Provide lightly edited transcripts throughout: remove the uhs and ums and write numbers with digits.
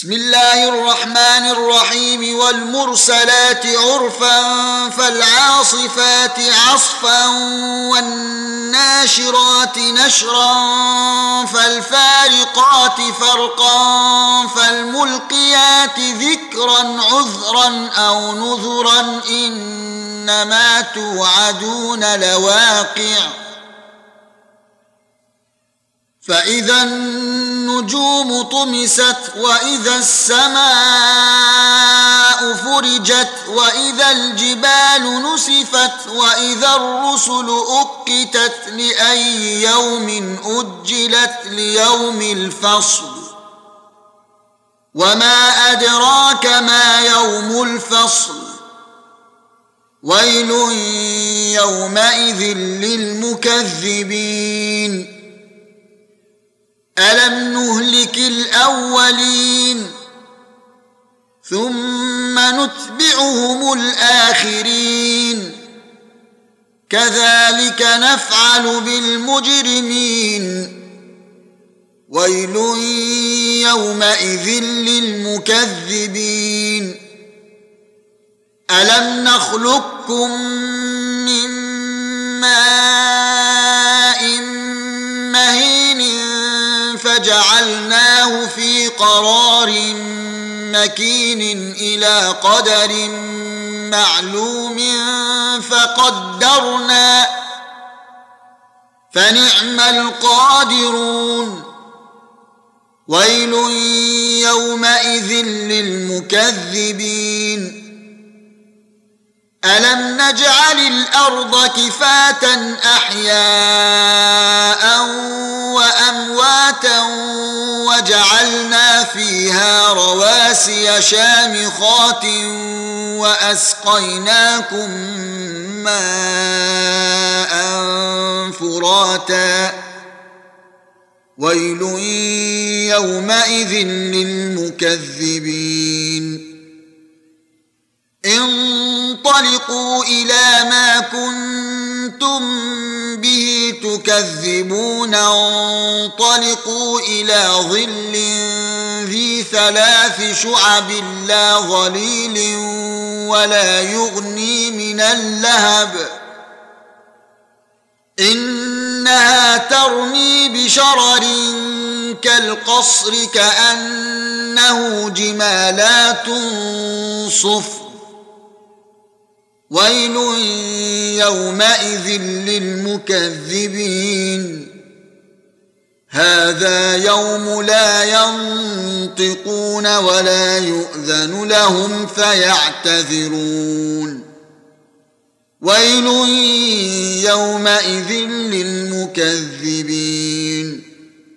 بسم الله الرحمن الرحيم والمرسلات عرفا فالعاصفات عصفا والناشرات نشرا فالفارقات فرقا فالملقيات ذكرا عذرا أو نذرا إنما توعدون لواقع فإذا النجوم طمست وإذا السماء فرجت وإذا الجبال نسفت وإذا الرسل أقتت لأي يوم أجلت ليوم الفصل وما أدراك ما يوم الفصل ويل يومئذ للمكذبين ألم نهلك الأولين ثم نتبعهم الآخرين كذلك نفعل بالمجرمين ويل يومئذ للمكذبين ألم نخلقكم من ماء مهين فجعلناه في قرار مكين إلى قدر معلوم فقدرنا فنعم القادرون ويل يومئذ للمكذبين ألم نجعل الأرض كفاة أحياء وأمواتا وجعلنا فيها رواسي شامخات وأسقيناكم ماء فراتا ويل يومئذ للمكذبين انطلقوا إلى ما كنتم به تكذبون انطلقوا إلى ظل ذي 3 شعب لا ظليل ولا يغني من اللهب إنها ترمي بشرر كالقصر كأنه جمالات صفر ويل يومئذ للمكذبين هذا يوم لا ينطقون ولا يؤذن لهم فيعتذرون ويل يومئذ للمكذبين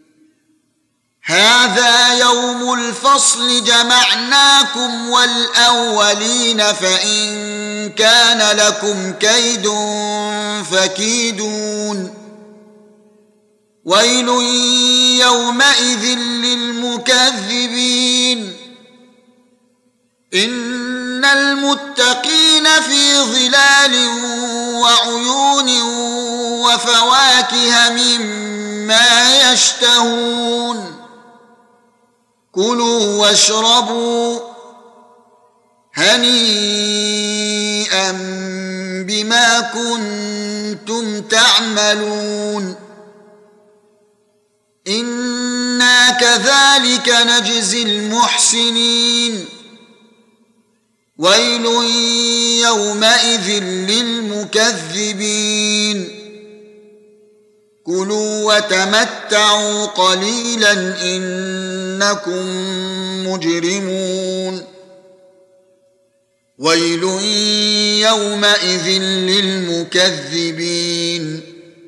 هذا يوم الفصل جمعناكم والأولين فإن كان لكم كيد فكيدون ويل يومئذ للمكذبين إن المتقين في ظلال وعيون وفواكه مما يشتهون كلوا واشربوا هنيئا بما كنتم تعملون إنا كذلك نجزي المحسنين ويل يومئذ للمكذبين كلوا وتمتعوا قليلا إنكم مجرمون ويل يومئذ للمكذبين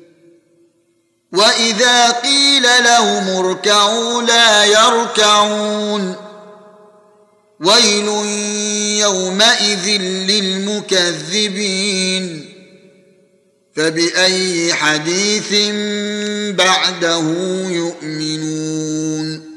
وإذا قيل لهم اركعوا لا يركعون ويل يومئذ للمكذبين فبأي حديث بعده يؤمنون